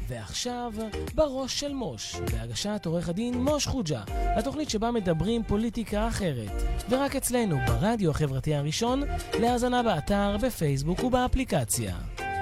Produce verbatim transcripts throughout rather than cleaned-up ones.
ועכשיו, בראש של מוש, בהגשת עורך הדין מוש חוג'ה, התוכנית שבה מדברים פוליטיקה אחרת, ורק אצלנו ברדיו החברתי הראשון, להאזנה באתר, בפייסבוק ובאפליקציה.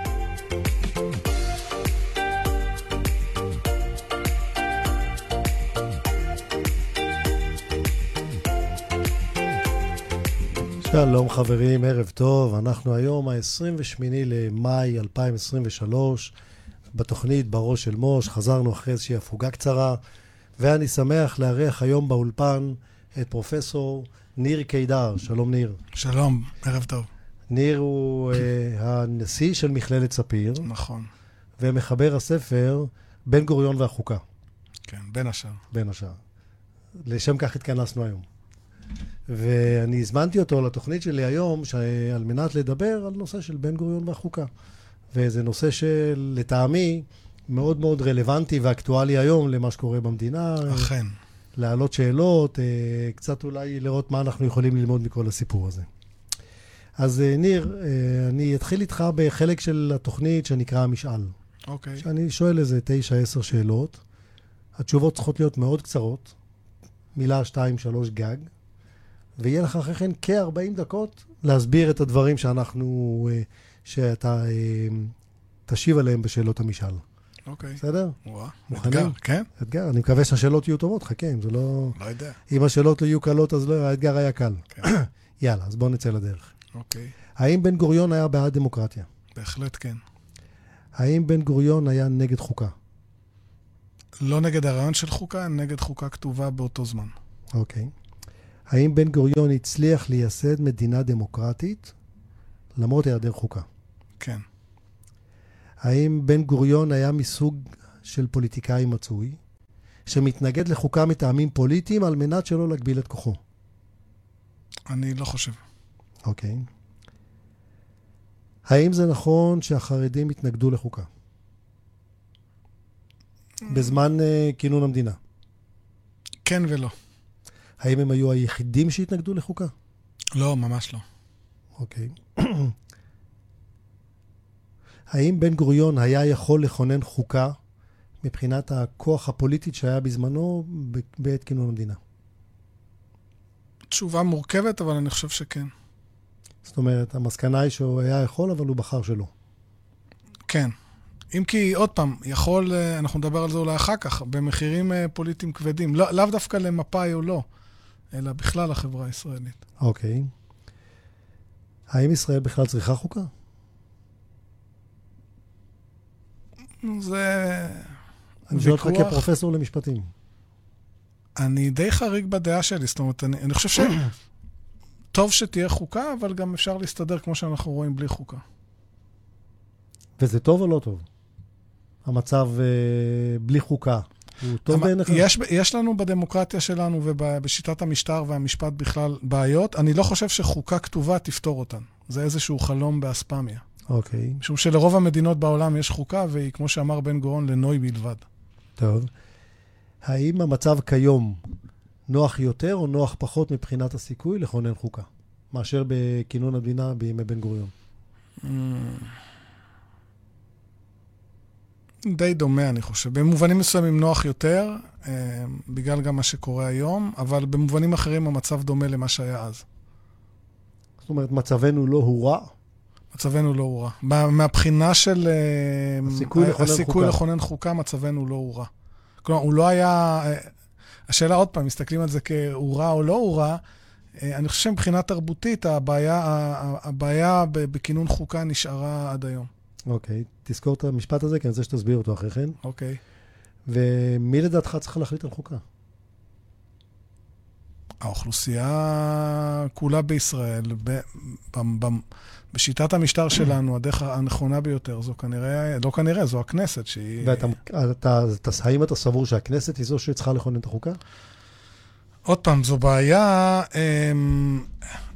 שלום חברים, ערב טוב. אנחנו היום ה-עשרים ושמונה למאי אלפיים עשרים ושלוש בתוכנית בראש של מוש. חזרנו אחרי איזושהי הפוגה קצרה, ואני שמח לארח היום באולפן את פרופסור ניר קידר. שלום ניר. שלום, ערב טוב. ניר הוא uh, הנשיא של מכללת ספיר. נכון. ומחבר הספר בן גוריון והחוקה. כן, בין השאר. בין השאר. לשם כך התכנסנו היום. ואני הזמנתי אותו לתוכנית שלי היום, על מנת לדבר על נושא של בן גוריון והחוקה. וזה נושא שלטעמי מאוד מאוד רלוונטי ואקטואלי היום למה שקורה במדינה. אכן. להעלות שאלות, קצת אולי לראות מה אנחנו יכולים ללמוד מכל הסיפור הזה. אז ניר, אני אתחיל איתך בחלק של התוכנית שנקרא המשאל. אוקיי. שאני שואל איזה תשע, עשר שאלות. התשובות צריכות להיות מאוד קצרות. מילה, שתיים, שלוש גג. ויהיה לך אחרי כן כ-ארבעים דקות להסביר את הדברים שאנחנו, שאתה תשיב עליהם בשאלות המשאל. אוקיי. בסדר? וואה. מוכנים? אתגר, כן? אתגר. אני מקווה שהשאלות יהיו טובות, חכה, אם זה לא... לא יודע. אם השאלות לא יהיו קלות, אז לא, האתגר היה קל. כן. יאללה, אז בואו נצא לדרך. אוקיי. האם בן גוריון היה בעד דמוקרטיה? בהחלט כן. האם בן גוריון היה נגד חוקה? לא נגד הרעיון של חוקה, נגד חוקה כתובה באותו זמן. אוקיי. האם בן גוריון הצליח לייסד מדינה דמוקרטית למרות היעדר חוקה? כן. האם בן גוריון היה מסוג של פוליטיקאי מצוי, שמתנגד לחוקה מטעמים פוליטיים על מנת שלא להגביל את כוחו? אני לא חושב. אוקיי. האם זה נכון שהחרדים התנגדו לחוקה? בזמן uh, כינון המדינה? כן ולא. האם הם היו היחידים שהתנגדו לחוקה? לא, ממש לא. אוקיי. האם בן גוריון היה יכול לכונן חוקה מבחינת הכוח הפוליטית שהיה בזמנו בעת כינון המדינה? תשובה מורכבת, אבל אני חושב שכן. זאת אומרת, המסקנה היא שהוא היה יכול, אבל הוא בחר שלא. כן. אם כי, עוד פעם, יכול, אנחנו נדבר על זה אולי אחר כך, במחירים פוליטיים כבדים. לא, לאו דווקא למפאי או לא, אלא בכלל החברה הישראלית. אוקיי. האם ישראל בכלל צריכה חוקה? זה... אני שואל אותך כפרופסור למשפטים. אני די חריג בדעה שלי, זאת אומרת, אני, אני חושב שטוב שתהיה חוקה, אבל גם אפשר להסתדר כמו שאנחנו רואים בלי חוקה. וזה טוב או לא טוב? המצב אה, בלי חוקה. הוא טוב בעיניך? יש, יש לנו בדמוקרטיה שלנו ובשיטת המשטר והמשפט בכלל בעיות. אני לא חושב שחוקה כתובה תפתור אותן. זה איזשהו חלום באספמיה. אוקיי. משום שלרוב המדינות בעולם יש חוקה, והיא, כמו שאמר בן גוריון, לנוי בלבד. טוב. האם המצב כיום נוח יותר או נוח פחות מבחינת הסיכוי לכונן חוקה, מאשר בכינון המדינה בימי בן גוריון? די דומה, אני חושב. במובנים מסוימים נוח יותר, בגלל גם מה שקורה היום, אבל במובנים אחרים המצב דומה למה שהיה אז. זאת אומרת, מצבנו לא הורע? מצבנו לא הורע. מהבחינה של הסיכוי לכונן הסיכוי חוקה. לכונן חוקה, מצבנו לא הורע. כלומר, הוא לא היה... השאלה עוד פעם, מסתכלים על זה כהורע או לא הורע, אני חושב שמבחינה תרבותית, הבעיה, הבעיה בכינון חוקה נשארה עד היום. אוקיי, תזכור את המשפט הזה, כי אני רוצה שתסביר אותו אחרי כן. אוקיי. ומי לדעתך צריך להחליט על חוקה? האוכלוסייה כולה בישראל, ב, ב, ב, בשיטת המשטר שלנו, הדרך הנכונה ביותר, זו כנראה, לא כנראה, זו הכנסת שהיא... ואתה, אתה, אתה, האם אתה סבור שהכנסת היא זו שצריכה לכונן את החוקה? עוד פעם, זו בעיה... אמ,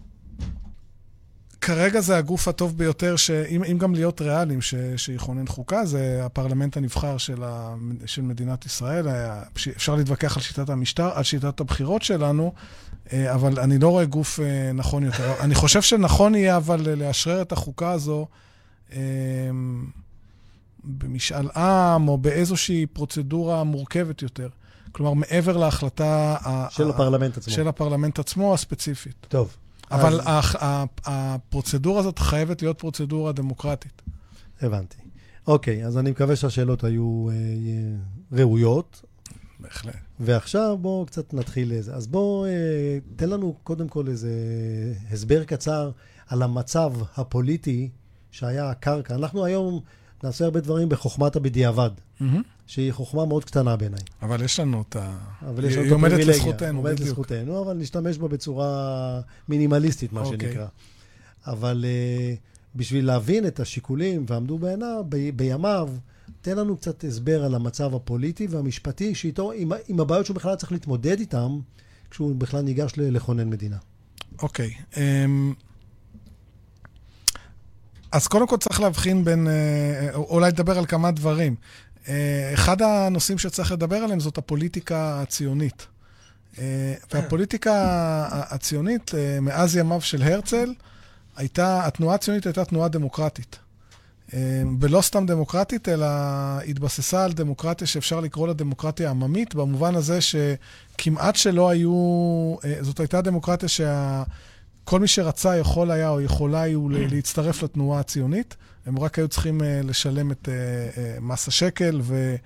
כרגע זה הגוף הטוב ביותר, שאם אם גם להיות ריאליים ש, שיכונן חוקה, זה הפרלמנט הנבחר של, ה, של מדינת ישראל. אפשר להתווכח על שיטת המשטר, על שיטת הבחירות שלנו, אבל אני לא רואה גוף נכון יותר. אני חושב שנכון יהיה אבל לאשרר את החוקה הזו במשאל עם, או באיזושהי פרוצדורה מורכבת יותר. כלומר, מעבר להחלטה של הפרלמנט עצמו. של הפרלמנט עצמו הספציפית. טוב. אבל הפרוצדורה הזאת חייבת להיות פרוצדורה דמוקרטית. הבנתי. אוקיי, אז אני מקווה שהשאלות היו ראויות. בהחלט. ועכשיו בואו קצת נתחיל לזה. אז בואו תן לנו קודם כל איזה הסבר קצר על המצב הפוליטי שהיה הקרקע. אנחנו היום נעשה הרבה דברים בחוכמת הבדיעבד, שהיא חוכמה מאוד קטנה בעיניי. אבל יש לנו את ה... היא עומדת לזכותנו. עומדת לזכותנו, אבל נשתמש בה בצורה מינימליסטית, מה שנקרא. אבל בשביל להבין את השיקולים ועמדו בעיניו, בימיו, תן לנו קצת הסבר על המצב הפוליטי והמשפטי, שאיתו, עם, עם הבעיות שהוא בכלל צריך להתמודד איתם, כשהוא בכלל ניגש לכונן מדינה. אוקיי. Okay. Um, אז קודם כל צריך להבחין בין, uh, אולי לדבר על כמה דברים. Uh, אחד הנושאים שצריך לדבר עליהם זאת הפוליטיקה הציונית. Uh, והפוליטיקה הציונית, uh, מאז ימיו של הרצל, הייתה, התנועה הציונית הייתה תנועה דמוקרטית. ולא סתם דמוקרטית, אלא התבססה על דמוקרטיה שאפשר לקרוא לה דמוקרטיה עממית, במובן הזה שכמעט שלא היו, זאת הייתה דמוקרטיה שכל מי שרצה יכול היה או יכולה היו להצטרף לתנועה הציונית, הם רק היו צריכים לשלם את מס השקל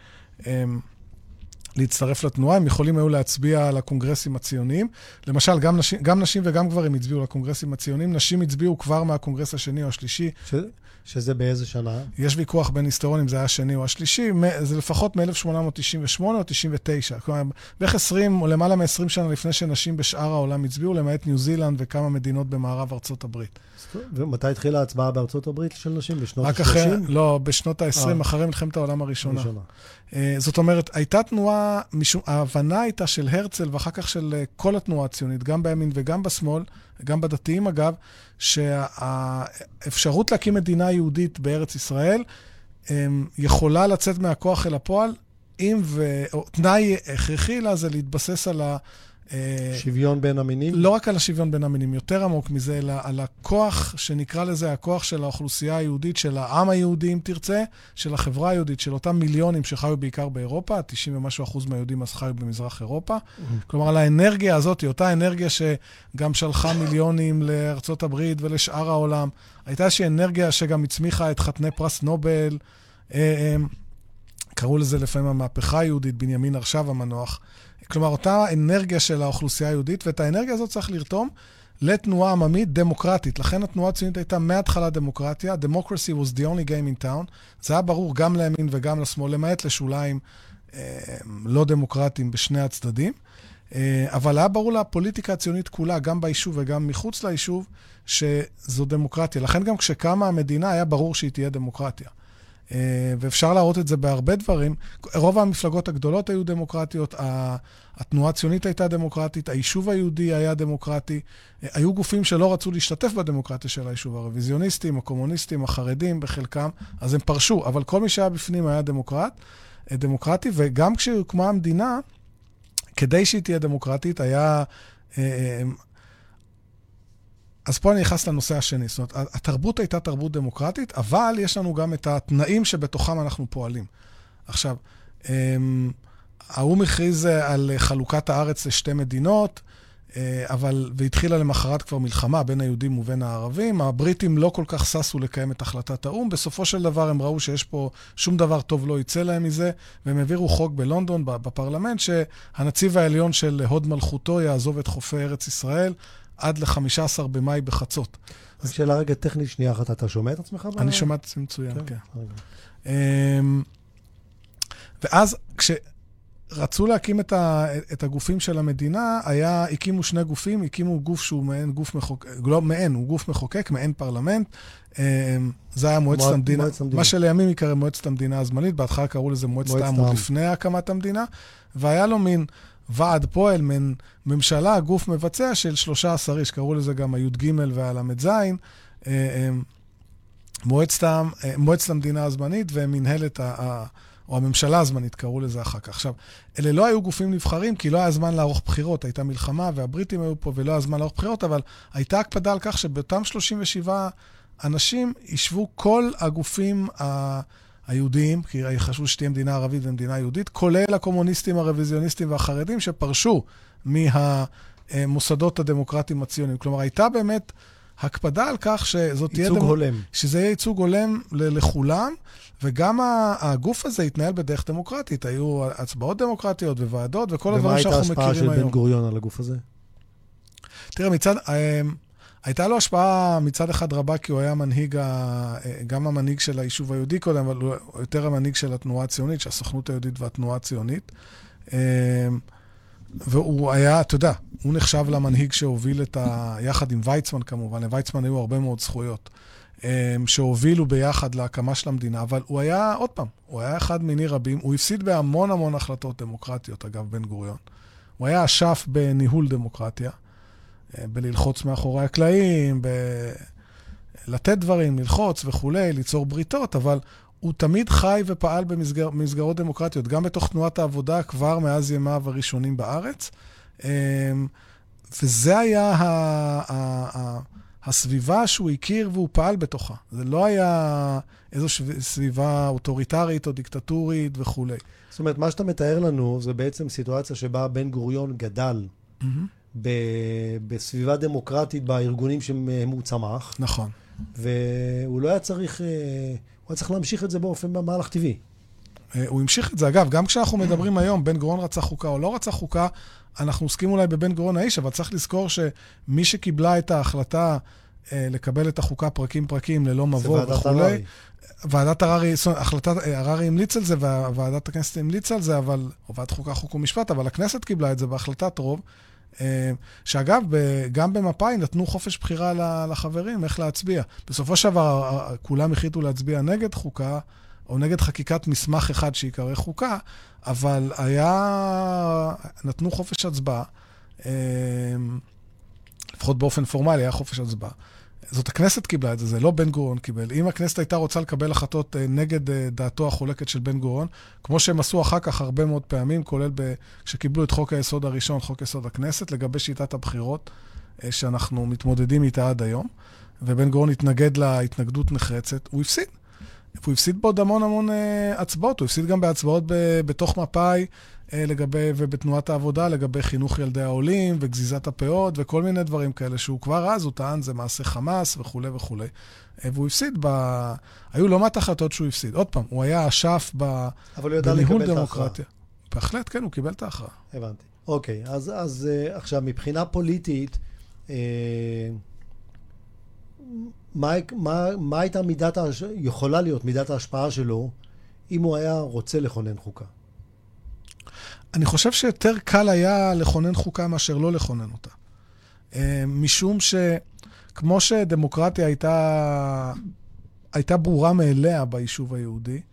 ולהצטרף לתנועה, הם יכולים היו להצביע על הקונגרסים הציוניים, למשל גם נשים, גם נשים וגם גברים הצביעו לקונגרסים הציוניים, נשים הצביעו כבר מהקונגרס השני או השלישי, ש... שזה באיזה שנה? יש ויכוח בין היסטוריונים, זה היה השני או השלישי, זה לפחות מ-אלף שמונה מאות תשעים ושמונה או תשעים ותשע. כלומר, בערך עשרים או למעלה מ-עשרים שנה לפני שנשים בשאר העולם הצביעו, למעט ניו זילנד וכמה מדינות במערב ארצות הברית. ומתי התחילה ההצבעה בארצות הברית של נשים? בשנות ה-שלושים? רק אחרי, לא, בשנות ה-עשרים, אחרי מלחמת העולם הראשונה. הראשונה. זאת אומרת, הייתה תנועה, משום, ההבנה הייתה של הרצל ואחר כך של כל התנועה הציונית, גם בימין וגם בשמאל, גם בדתיים אגב, שהאפשרות להקים מדינה יהודית בארץ ישראל יכולה לצאת מהכוח אל הפועל, אם ותנאי הכרחי לה זה להתבסס על ה... שוויון בין המינים? לא רק על השוויון בין המינים, יותר עמוק מזה, אלא על הכוח שנקרא לזה הכוח של האוכלוסייה היהודית, של העם היהודי, אם תרצה, של החברה היהודית, של אותם מיליונים שחיו בעיקר באירופה, תשעים ומשהו אחוז מהיהודים אז חיו במזרח אירופה. כלומר, על האנרגיה הזאת, אותה אנרגיה שגם שלחה מיליונים לארצות הברית ולשאר העולם, הייתה איזושהי אנרגיה שגם הצמיחה את חתני פרס נובל, קראו לזה לפעמים המהפכה היהודית, בנימין הרשב המנוח, כלומר, אותה אנרגיה של האוכלוסייה היהודית, ואת האנרגיה הזאת צריך לרתום לתנועה עממית דמוקרטית. לכן התנועה הציונית הייתה מההתחלה דמוקרטיה. Democracy was the only game in town. זה היה ברור גם לימין וגם לשמאל, למעט לשוליים אה, לא דמוקרטיים בשני הצדדים. אה, אבל היה ברור לפוליטיקה הציונית כולה, גם ביישוב וגם מחוץ ליישוב, שזו דמוקרטיה. לכן גם כשקמה המדינה היה ברור שהיא תהיה דמוקרטיה. ואפשר להראות את זה בהרבה דברים. רוב המפלגות הגדולות היו דמוקרטיות, התנועה הציונית הייתה דמוקרטית, היישוב היהודי היה דמוקרטי, היו גופים שלא רצו להשתתף בדמוקרטיה של היישוב, הרוויזיוניסטים, הקומוניסטים, החרדים בחלקם, אז הם פרשו, אבל כל מי שהיה בפנים היה דמוקרט, דמוקרטי, וגם כשהוקמה המדינה, כדי שהיא תהיה דמוקרטית, היה... אז פה אני נכנס לנושא השני. זאת אומרת, התרבות הייתה תרבות דמוקרטית, אבל יש לנו גם את התנאים שבתוכם אנחנו פועלים. עכשיו, האו"ם הכריז על חלוקת הארץ לשתי מדינות, אבל, והתחילה למחרת כבר מלחמה בין היהודים ובין הערבים. הבריטים לא כל כך ססו לקיים את החלטת האו"ם. בסופו של דבר הם ראו שיש פה שום דבר טוב לא יצא להם מזה, והם העבירו חוק בלונדון, בפרלמנט, שהנציב העליון של הוד מלכותו יעזוב את חופי ארץ ישראל, עד ל-חמישה עשר במאי בחצות. רק שאלה רגע טכנית שנייה אחת, אתה שומע את עצמך? אני שומע את עצמי מצוין, כן. ואז כשרצו להקים את הגופים של המדינה, היה, הקימו שני גופים, הקימו גוף שהוא מעין גוף מחוקק, לא מעין, הוא גוף מחוקק, מעין פרלמנט, זה היה מועצת המדינה, מה שלימים יקרא מועצת המדינה הזמנית, בהתחלה קראו לזה מועצת העם עוד לפני הקמת המדינה, והיה לו מין ועד פועל, מן ממשלה, גוף מבצע של שלושה עשר איש, קראו לזה גם הי"ג והל"ז, מועצת המדינה הזמנית ומנהלת, או הממשלה הזמנית, קראו לזה אחר כך. עכשיו, אלה לא היו גופים נבחרים, כי לא היה זמן לערוך בחירות, הייתה מלחמה והבריטים היו פה ולא היה זמן לערוך בחירות, אבל הייתה הקפדה על כך שבאותם שלושים ושבעה אנשים ישבו כל הגופים ה... היהודים, כי חשבו שתהיה מדינה ערבית ומדינה יהודית, כולל הקומוניסטים, הרוויזיוניסטים והחרדים שפרשו מהמוסדות הדמוקרטיים הציוניים. כלומר, הייתה באמת הקפדה על כך שזאת תהיה... ייצוג דמוק... הולם. שזה יהיה ייצוג הולם לכולם, וגם הגוף הזה התנהל בדרך דמוקרטית. היו הצבעות דמוקרטיות וועדות, וכל הדברים שאנחנו מכירים היום. ומה הייתה ההשפעה של בן גוריון על הגוף הזה? תראה, מצד... הייתה לו השפעה מצד אחד רבה, כי הוא היה מנהיג, גם המנהיג של היישוב היהודי קודם, אבל הוא יותר המנהיג של התנועה הציונית, של הסוכנות היהודית והתנועה הציונית. והוא היה, אתה יודע, הוא נחשב למנהיג שהוביל את ה... יחד עם ויצמן כמובן, לויצמן היו הרבה מאוד זכויות, שהובילו ביחד להקמה של המדינה, אבל הוא היה, עוד פעם, הוא היה אחד מיני רבים, הוא הפסיד בהמון המון החלטות דמוקרטיות, אגב, בן גוריון. הוא היה אשף בניהול דמוקרטיה, בללחוץ מאחורי הקלעים, בלתת דברים, ללחוץ וכולי, ליצור בריתות, אבל הוא תמיד חי ופעל במסגר, במסגרות דמוקרטיות, גם בתוך תנועת העבודה, כבר מאז ימיו הראשונים בארץ. וזה היה ה, ה, ה, הסביבה שהוא הכיר והוא פעל בתוכה. זה לא היה איזו סביבה אוטוריטרית או דיקטטורית וכולי. זאת אומרת, מה שאתה מתאר לנו, זה בעצם סיטואציה שבה בן גוריון גדל, mm-hmm. ב- בסביבה דמוקרטית, בארגונים שמהם הוא צמח. נכון. והוא לא היה צריך, הוא היה צריך להמשיך את זה באופן במהלך טבעי. הוא המשיך את זה. אגב, גם כשאנחנו מדברים היום, בן גוריון רצה חוקה או לא רצה חוקה, אנחנו עוסקים אולי בבן גוריון האיש, אבל צריך לזכור שמי שקיבלה את ההחלטה לקבל את החוקה פרקים פרקים ללא מבוא וכולי, ועדת הררי, החלטת הררי המליץ על זה, וועדת הכנסת המליץ על זה, אבל, או ועדת חוקה, חוק ומשפט, אבל הכנסת קיבלה את זה בהחלטת רוב, שאגב, גם במפא"י נתנו חופש בחירה לחברים, איך להצביע. בסופו של דבר, כולם החליטו להצביע נגד חוקה, או נגד חקיקת מסמך אחד שיקרא חוקה, אבל היה, נתנו חופש הצבעה, לפחות באופן פורמלי היה חופש הצבעה. זאת הכנסת קיבלה את זה, זה לא בן גוריון קיבל. אם הכנסת הייתה רוצה לקבל החלטות נגד דעתו החולקת של בן גוריון, כמו שהם עשו אחר כך הרבה מאוד פעמים, כולל כשקיבלו את חוק היסוד הראשון, חוק יסוד הכנסת, לגבי שיטת הבחירות, שאנחנו מתמודדים איתה עד היום, ובן גוריון התנגד להתנגדות נחרצת, הוא הפסיד. הוא הפסיד בעוד המון המון הצבעות, הוא הפסיד גם בהצבעות בתוך מפא"י, לגבי, ובתנועת העבודה, לגבי חינוך ילדי העולים, וגזיזת הפאות, וכל מיני דברים כאלה, שהוא כבר אז, הוא טען, זה מעשה חמאס, וכו' וכו'. והוא הפסיד ב... היו לא מעט החלטות שהוא הפסיד. עוד פעם, הוא היה אשף ב... אבל הוא ידע לקבל את ההכרעה. בהחלט, כן, הוא קיבל את ההכרעה. הבנתי. אוקיי, אז, אז עכשיו, מבחינה פוליטית, אה, מה, מה, מה הייתה מידת, יכולה להיות מידת ההשפעה שלו, אם הוא היה רוצה לכונן חוקה? אני חושב שיותר קל היה לכונן חוקה מאשר לא לכונן אותה. משום שכמו שדמוקרטיה הייתה, הייתה ברורה מאליה ביישוב היהודי,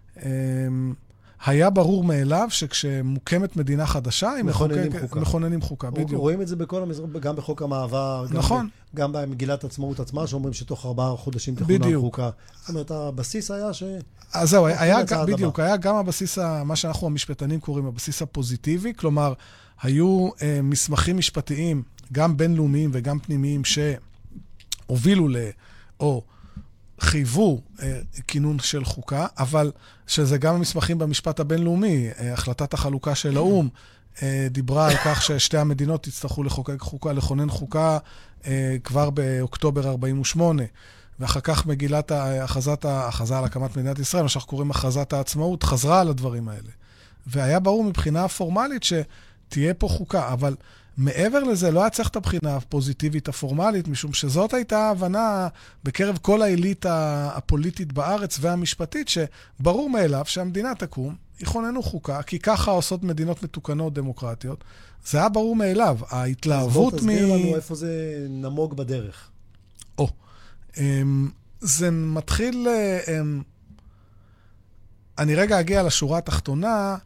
היה ברור מאליו שכשמוקמת מדינה חדשה, מכוננים חוקה. מכוננים חוקה, בדיוק. רואים את זה בכל המזרח, גם בחוק המעבר, נכון. גם במגילת עצמאות עצמה, שאומרים שתוך ארבעה חודשים תכונן חוקה. זאת אומרת, הבסיס היה ש... אז זהו, היה, בדיוק, היה גם הבסיס, מה שאנחנו המשפטנים קוראים, הבסיס הפוזיטיבי, כלומר, היו אה, מסמכים משפטיים, גם בינלאומיים וגם פנימיים, שהובילו ל... או חייבו אה, כינון של חוקה, אבל שזה גם המסמכים במשפט הבינלאומי, אה, החלטת החלוקה של האום, אה, דיברה על כך ששתי המדינות יצטרכו לחוקק חוקה, לכונן חוקה אה, כבר באוקטובר ארבעים ושמונה, ואחר כך מגילת ההכרזת, ההכרזה על הקמת מדינת ישראל, מה שאנחנו קוראים הכרזת העצמאות, חזרה על הדברים האלה. והיה ברור מבחינה פורמלית שתהיה פה חוקה, אבל מעבר לזה לא היה צריך את הבחינה הפוזיטיבית הפורמלית, משום שזאת הייתה ההבנה בקרב כל האליטה הפוליטית בארץ והמשפטית, שברור מאליו שהמדינה תקום, יכוננו חוקה, כי ככה עושות מדינות מתוקנות דמוקרטיות. זה היה ברור מאליו. ההתלהבות מ... אז בוא תסביר לנו איפה זה נמוג בדרך. או. זה מתחיל, אני רגע אגיע לשורה התחתונה,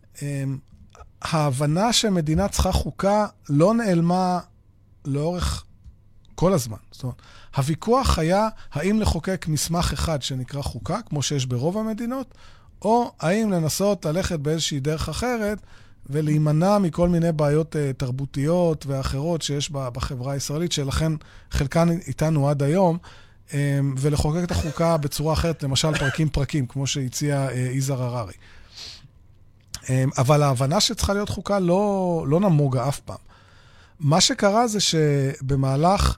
ההבנה שמדינה צריכה חוקה לא נעלמה לאורך כל הזמן. זאת אומרת, הוויכוח היה האם לחוקק מסמך אחד שנקרא חוקה, כמו שיש ברוב המדינות, או האם לנסות ללכת באיזושהי דרך אחרת ולהימנע מכל מיני בעיות תרבותיות ואחרות שיש בחברה הישראלית, שלכן חלקן איתנו עד היום, ולחוקק את החוקה בצורה אחרת, למשל פרקים פרקים, כמו שהציע יזהר הררי. אבל ההבנה שצריכה להיות חוקה לא, לא נמוגה אף פעם. מה שקרה זה שבמהלך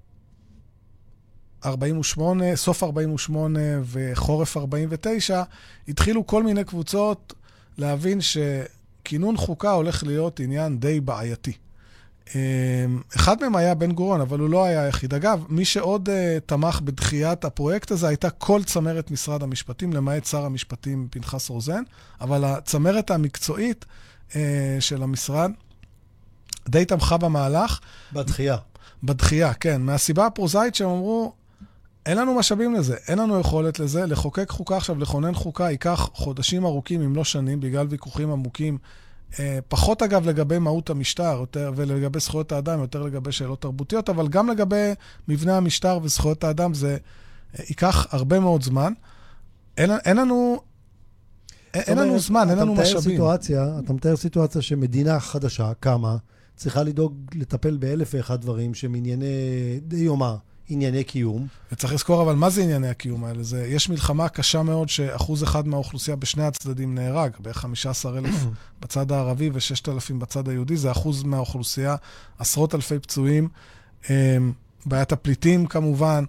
ארבעים ושמונה, סוף ארבעים ושמונה וחורף ארבעים ותשע, התחילו כל מיני קבוצות להבין שכינון חוקה הולך להיות עניין די בעייתי. אחד מהם היה בן גוריון, אבל הוא לא היה היחיד. אגב, מי שעוד uh, תמך בדחיית הפרויקט הזה הייתה כל צמרת משרד המשפטים, למעט שר המשפטים פנחס רוזן, אבל הצמרת המקצועית uh, של המשרד די תמכה במהלך. בדחייה. בדחייה, כן. מהסיבה הפרוזאית שהם אמרו, אין לנו משאבים לזה, אין לנו יכולת לזה, לחוקק חוקה עכשיו, לכונן חוקה, ייקח חודשים ארוכים, אם לא שנים, בגלל ויכוחים עמוקים, פחות אגב לגבי מהות המשטר יותר, ולגבי זכויות האדם, יותר לגבי שאלות תרבותיות, אבל גם לגבי מבנה המשטר וזכויות האדם, זה ייקח הרבה מאוד זמן. אין, אין לנו, אין לנו זמן, אין לנו משאבים. סיטואציה, אתה מתאר סיטואציה שמדינה חדשה, קמה, צריכה לדאוג לטפל באלף ואחד דברים שמענייני די יומה, ענייני קיום. וצריך לזכור, אבל מה זה ענייני הקיום האלה? זה, יש מלחמה קשה מאוד שאחוז אחד מהאוכלוסייה בשני הצדדים נהרג, בערך חמישה עשר אלף בצד הערבי ו-שישת אלפים בצד היהודי, זה אחוז מהאוכלוסייה, עשרות אלפי פצועים, בעיית הפליטים כמובן,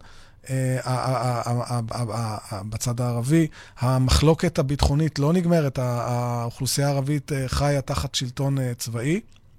בצד הערבי, המחלוקת הביטחונית לא נגמרת, האוכלוסייה הערבית חיה תחת שלטון צבאי,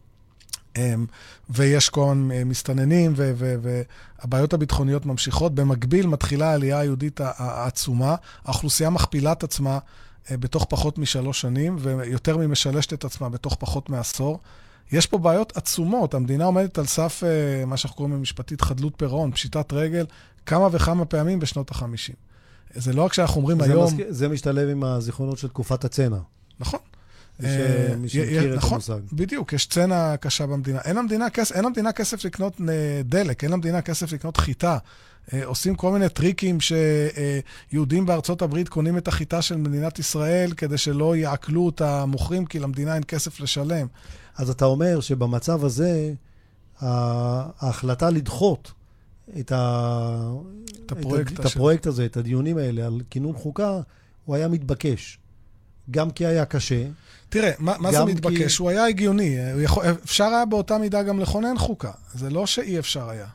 ויש כאן מסתננים, והבעיות הביטחוניות ממשיכות. במקביל מתחילה העלייה היהודית העצומה, האוכלוסייה מכפילה את עצמה בתוך פחות משלוש שנים, ויותר ממשלשת את עצמה בתוך פחות מעשור. יש פה בעיות עצומות, המדינה עומדת על סף, מה שאנחנו קוראים במשפטית, חדלות פירעון, פשיטת רגל, כמה וכמה פעמים בשנות החמישים. זה לא רק שאנחנו אומרים זה היום... מזכיר, זה משתלב עם הזיכרונות של תקופת הצנע. נכון. מי שמכיר את המושג. בדיוק, יש צנע קשה במדינה. אין למדינה כסף, אין למדינה כסף לקנות דלק, אין למדינה כסף לקנות חיטה. עושים כל מיני טריקים שיהודים בארצות הברית קונים את החיטה של מדינת ישראל כדי שלא יעקלו את המוכרים, כי למדינה אין כסף לשלם. אז אתה אומר שבמצב הזה, ההחלטה לדחות את, ה... את, הפרויקט, את הפרויקט הזה, את הדיונים האלה על כינון חוקה, הוא היה מתבקש. גם כי היה קשה. תראה, מה, מה זה מתבקש? כי... הוא היה הגיוני. יכול... אפשר היה באותה מידה גם לכונן חוקה. זה לא שאי אפשר היה.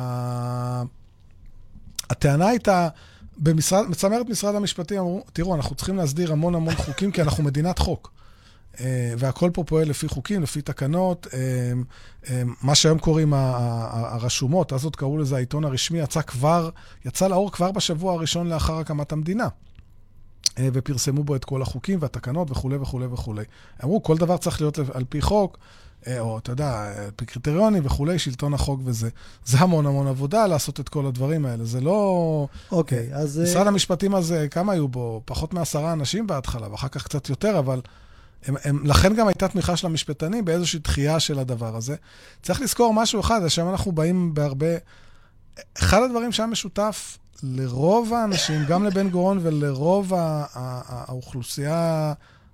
הטענה הייתה, במשרד, מצמרת משרד המשפטים אמרו, תראו, אנחנו צריכים להסדיר המון המון חוקים, כי אנחנו מדינת חוק. והכל פה פועל לפי חוקים, לפי תקנות. מה שהיום קוראים הרשומות, אז עוד קראו לזה העיתון הרשמי, יצא כבר, יצא לאור כבר בשבוע הראשון לאחר הקמת המדינה. ופרסמו בו את כל החוקים והתקנות וכו' וכו' וכו'. אמרו, כל דבר צריך להיות על פי חוק, או אתה יודע, על פי קריטריונים וכו', שלטון החוק וזה. זה המון המון עבודה לעשות את כל הדברים האלה. זה לא... אוקיי, אז... משרד המשפטים הזה, כמה היו בו? פחות מעשרה אנשים בהתחלה, ואחר כך קצת יותר, אבל... הם, הם, לכן גם הייתה תמיכה של המשפטנים באיזושהי דחייה של הדבר הזה. צריך לזכור משהו אחד, זה שאנחנו באים בהרבה... אחד הדברים שהיה משותף לרוב האנשים, גם לבן גוריון ולרוב האוכלוסייה,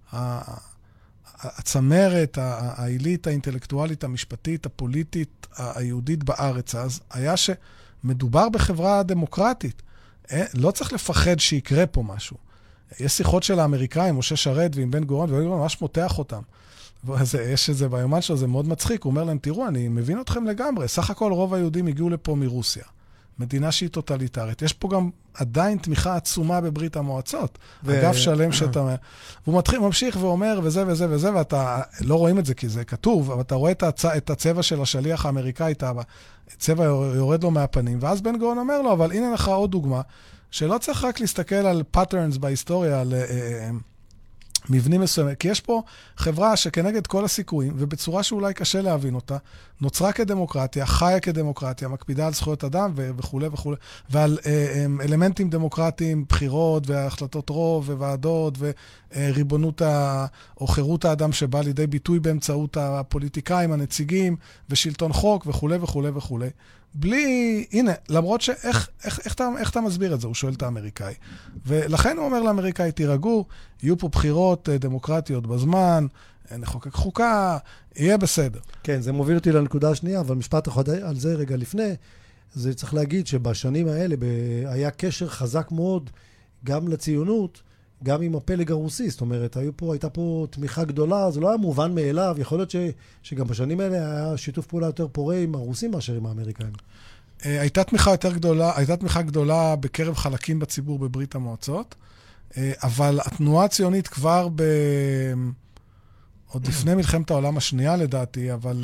הצמרת, העילית, האינטלקטואלית, המשפטית, הפוליטית, היהודית בארץ אז, היה שמדובר בחברה דמוקרטית. לא צריך לפחד שיקרה פה משהו. יש שיחות של האמריקאים, משה שרת ועם בן גוריון, ובן גוריון ממש מותח אותם. יש את זה ביומן שלו, זה מאוד מצחיק. הוא אומר להם, תראו, אני מבין אתכם לגמרי. סך הכל רוב היהודים הגיעו לפה מרוסיה. מדינה שהיא טוטליטרית. יש פה גם עדיין תמיכה עצומה בברית המועצות. ו... אגב שלם שאתה... והוא מתחיל, ממשיך ואומר, וזה וזה וזה, ואתה לא רואים את זה כי זה כתוב, אבל אתה רואה את, הצ... את הצבע של השליח האמריקאי, הצבע יורד לו מהפנים, ואז בן גוריון אומר לו, אבל הנה לך עוד דוגמה, שלא צריך רק להסתכל על patterns בהיסטוריה, על... מבנים מסוימים, כי יש פה חברה שכנגד כל הסיכויים, ובצורה שאולי קשה להבין אותה, נוצרה כדמוקרטיה, חיה כדמוקרטיה, מקפידה על זכויות אדם וכו' וכו', ועל אה, אלמנטים דמוקרטיים, בחירות והחלטות רוב וועדות וריבונות ה, או חירות האדם שבא לידי ביטוי באמצעות הפוליטיקאים, הנציגים ושלטון חוק וכו' וכו' וכו'. בלי, הנה, למרות שאיך איך, איך, איך אתה מסביר את זה? הוא שואל את האמריקאי. ולכן הוא אומר לאמריקאי, תירגעו, יהיו פה בחירות דמוקרטיות בזמן, נחוקק חוקה, יהיה בסדר. כן, זה מוביל אותי לנקודה השנייה, אבל משפט אחד על זה רגע לפני. זה צריך להגיד שבשנים האלה היה קשר חזק מאוד גם לציונות, גם עם הפלג הרוסי. זאת אומרת, היו פה, הייתה פה תמיכה גדולה, זה לא היה מובן מאליו. יכול להיות ש, שגם בשנים האלה היה שיתוף פעולה יותר פורה עם הרוסים מאשר עם האמריקאים. הייתה תמיכה יותר גדולה, הייתה תמיכה גדולה בקרב חלקים בציבור בברית המועצות, אבל התנועה הציונית כבר ב... עוד לפני מלחמת העולם השנייה לדעתי, אבל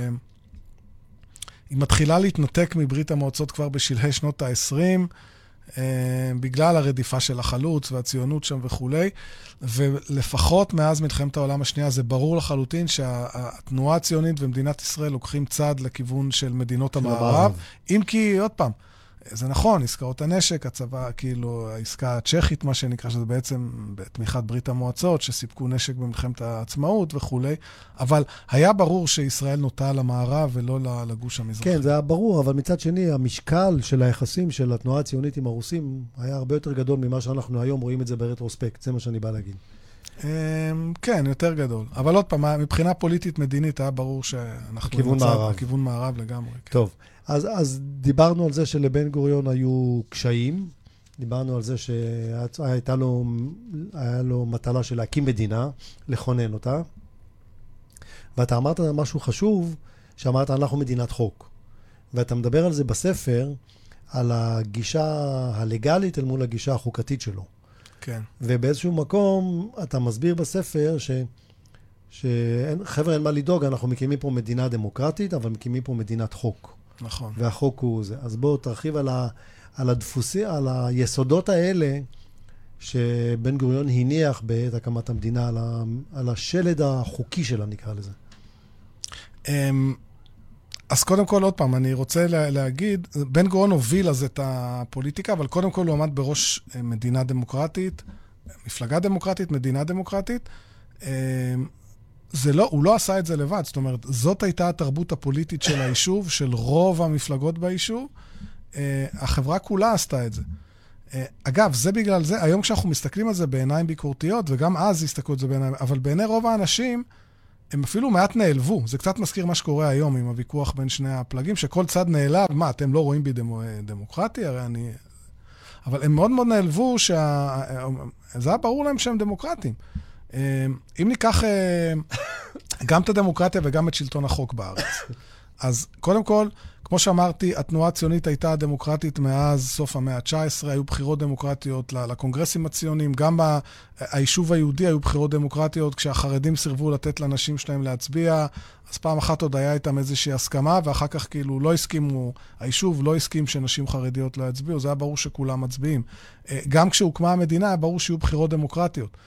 היא מתחילה להתנתק מברית המועצות כבר בשלהי שנות ה-עשרים, בגלל הרדיפה של החלוץ והציונות שם וכולי, ולפחות מאז מלחמת העולם השנייה זה ברור לחלוטין שהתנועה הציונית ומדינת ישראל לוקחים צד לכיוון של מדינות המערב, אם כי, עוד פעם, זה נכון, עסקאות הנשק, הצבא, כאילו, העסקה הצ'כית, מה שנקרא, שזה בעצם בתמיכת ברית המועצות, שסיפקו נשק במלחמת העצמאות וכולי, אבל היה ברור שישראל נוטה למערב ולא לגוש המזרחי. כן, זה היה ברור, אבל מצד שני, המשקל של היחסים של התנועה הציונית עם הרוסים היה הרבה יותר גדול ממה שאנחנו היום רואים את זה ברטרוספקט, זה מה שאני בא להגיד. כן, יותר גדול. אבל עוד פעם, מבחינה פוליטית מדינית היה ברור שאנחנו... כיוון מערב. כיוון מערב לגמרי. טוב. אז, אז דיברנו על זה שלבן גוריון היו קשיים, דיברנו על זה שהייתה לו, היה לו מטלה של להקים מדינה, לכונן אותה, ואתה אמרת משהו חשוב, שאמרת אנחנו מדינת חוק, ואתה מדבר על זה בספר, על הגישה הלגלית אל מול הגישה החוקתית שלו. כן. ובאיזשהו מקום אתה מסביר בספר ש... שחבר'ה אין מה לדאוג, אנחנו מקימים פה מדינה דמוקרטית, אבל מקימים פה מדינת חוק. נכון. והחוק הוא זה. אז בואו תרחיב על, ה, על הדפוסי, על היסודות האלה שבן גוריון הניח בעת הקמת המדינה, על, ה, על השלד החוקי שלה, נקרא לזה. אז קודם כל, עוד פעם, אני רוצה לה, להגיד, בן גוריון הוביל אז את הפוליטיקה, אבל קודם כל הוא עמד בראש מדינה דמוקרטית, מפלגה דמוקרטית, מדינה דמוקרטית. זה לא, הוא לא עשה את זה לבד, זאת אומרת, זאת הייתה התרבות הפוליטית של היישוב, של רוב המפלגות ביישוב. החברה כולה עשתה את זה. אגב, זה בגלל זה, היום כשאנחנו מסתכלים על זה בעיניים ביקורתיות, וגם אז הסתכלו את זה בעיניים, אבל בעיני רוב האנשים, הם אפילו מעט נעלבו. זה קצת מזכיר מה שקורה היום עם הוויכוח בין שני הפלגים, שכל צד נעלב, מה, אתם לא רואים בי דמו, דמוקרטי? הרי אני... אבל הם מאוד מאוד נעלבו, שה... זה היה ברור להם שהם דמוקרטים. אם ניקח גם את הדמוקרטיה וגם את שלטון החוק בארץ. אז קודם כל, כמו שאמרתי, התנועה הציונית הייתה דמוקרטית מאז סוף המאה ה-תשע עשרה, היו בחירות דמוקרטיות לקונגרסים הציוניים, גם היישוב היהודי היו בחירות דמוקרטיות, כשהחרדים סירבו לתת לאנשים שלהם להצביע, אז פעם אחת עוד היה איתם איזושהי הסכמה, ואחר כך כאילו לא הסכימו, היישוב לא הסכים שנשים חרדיות לא יצביעו, זה היה ברור שכולם מצביעים. גם כשהוקמה המדינה, היה ברור שיהיו בחירות דמוקרטיות.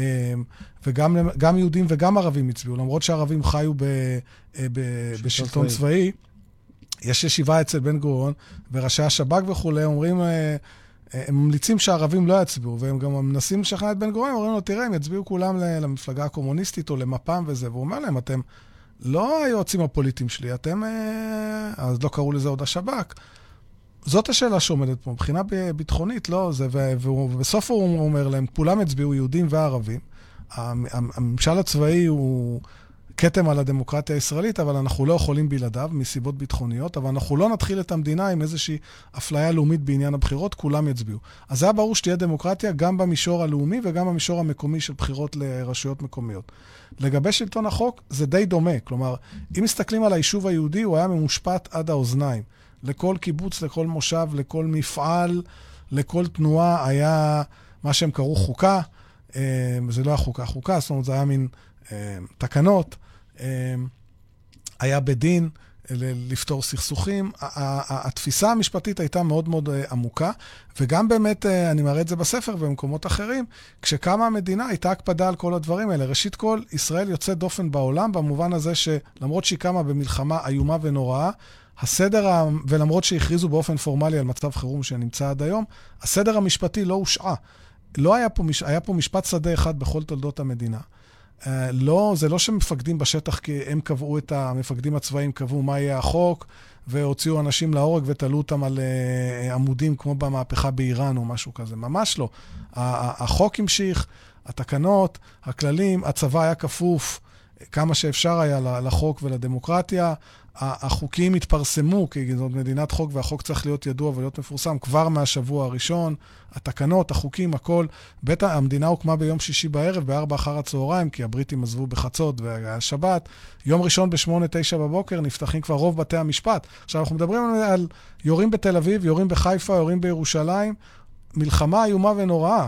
וגם גם יהודים וגם ערבים הצביעו, למרות שהערבים חיו ב, ב, בשלטון צבאי. יש ישיבה אצל בן גוריון, וראשי השב"כ וכולי אומרים, הם ממליצים שהערבים לא יצביעו, והם גם מנסים לשכנע את בן גוריון, אומרים לו, תראה, הם יצביעו כולם למפלגה הקומוניסטית או למפ"ם וזה, והוא אומר להם, אתם לא היועצים הפוליטיים שלי, אתם, אז לא קראו לזה עוד השב"כ. זאת השאלה שעומדת פה, מבחינה ביטחונית, לא, זה, ובסוף הוא אומר להם, כולם הצביעו יהודים וערבים, הממשל הצבאי הוא כתם על הדמוקרטיה הישראלית, אבל אנחנו לא יכולים בלעדיו מסיבות ביטחוניות, אבל אנחנו לא נתחיל את המדינה עם איזושהי אפליה לאומית בעניין הבחירות, כולם יצביעו. אז זה היה ברור שתהיה דמוקרטיה גם במישור הלאומי וגם במישור המקומי של בחירות לרשויות מקומיות. לגבי שלטון החוק, זה די דומה, כלומר, אם מסתכלים על היישוב היהודי, הוא היה ממושפט עד האוזניים. לכל קיבוץ, לכל מושב, לכל מפעל, לכל תנועה היה מה שהם קראו חוקה, זה לא היה חוקה, חוקה, זאת אומרת, זה היה מין תקנות, היה בדין לפתור סכסוכים. התפיסה המשפטית הייתה מאוד מאוד עמוקה, וגם באמת, אני מראה את זה בספר ובמקומות אחרים, כשקמה המדינה הייתה הקפדה על כל הדברים האלה. ראשית כל, ישראל יוצאת דופן בעולם, במובן הזה שלמרות שהיא קמה במלחמה איומה ונוראה, הסדר, ולמרות שהכריזו באופן פורמלי על מצב חירום שנמצא עד היום, הסדר המשפטי לא הושעה. לא היה פה, היה פה משפט שדה אחד בכל תולדות המדינה. לא, זה לא שמפקדים בשטח, כי הם קבעו את המפקדים הצבאיים, קבעו מה יהיה החוק, והוציאו אנשים להורג ותלו אותם על עמודים, כמו במהפכה באיראן או משהו כזה. ממש לא. החוק המשיך, התקנות, הכללים, הצבא היה כפוף, כמה שאפשר היה לחוק ולדמוקרטיה, החוקים התפרסמו, כי זאת מדינת חוק והחוק צריך להיות ידוע ולהיות מפורסם כבר מהשבוע הראשון, התקנות, החוקים, הכל. בית המדינה הוקמה ביום שישי בערב, בארבע אחר הצהריים, כי הבריטים עזבו בחצות והשבת. יום ראשון בשמונה, תשע בבוקר נפתחים כבר רוב בתי המשפט. עכשיו אנחנו מדברים על יורים בתל אביב, יורים בחיפה, יורים בירושלים, מלחמה איומה ונוראה.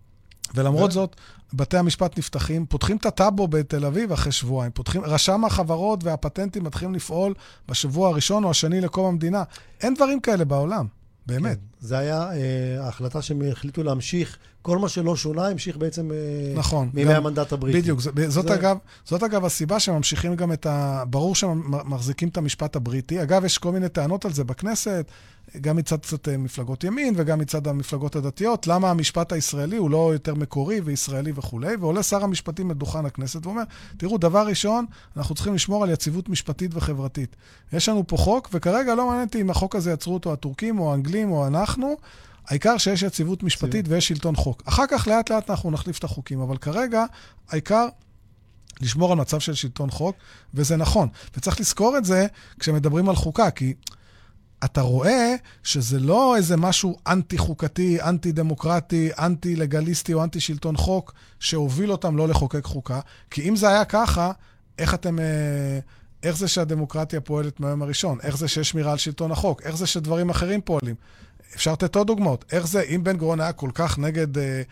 ולמרות זאת, בתי המשפט נפתחים, פותחים את הטאבו בתל אביב אחרי שבועיים, פותחים, רשם החברות והפטנטים מתחילים לפעול בשבוע הראשון או השני לקום המדינה. אין דברים כאלה בעולם, באמת. כן, זה היה אה, ההחלטה שהם החליטו להמשיך, כל מה שלא שונה המשיך בעצם אה, נכון, מימי המנדט הבריטי. בדיוק, זאת, זה... אגב, זאת אגב הסיבה שממשיכים גם את ה... ברור שמחזיקים את המשפט הבריטי. אגב, יש כל מיני טענות על זה בכנסת, גם מצד קצת מפלגות ימין וגם מצד המפלגות הדתיות, למה המשפט הישראלי הוא לא יותר מקורי וישראלי וכו'. ועולה שר המשפטים מדוכן הכנסת ואומר, תראו, דבר ראשון, אנחנו צריכים לשמור על יציבות משפטית וחברתית. יש לנו פה חוק, וכרגע לא מעניין אותי אם החוק הזה יצרו אותו הטורקים או האנגלים או אנחנו, העיקר שיש יציבות משפטית ויש שלטון חוק. אחר כך לאט לאט אנחנו נחליף את החוקים, אבל כרגע העיקר לשמור על מצב של שלטון חוק, וזה נכון. וצריך לזכור את זה כשמדברים על חוקה, כי אתה רואה שזה לא איזה משהו אנטי-חוקתי, אנטי-דמוקרטי, אנטי-לגליסטי או אנטי-שלטון חוק, שהוביל אותם לא לחוקק חוקה. כי אם זה היה ככה, איך אתם... איך זה שהדמוקרטיה פועלת מהיום הראשון? איך זה שיש שמירה על שלטון החוק? איך זה שדברים אחרים פועלים? אפשר לתת עוד דוגמאות. איך זה, אם בן גוריון היה כל כך נגד אה,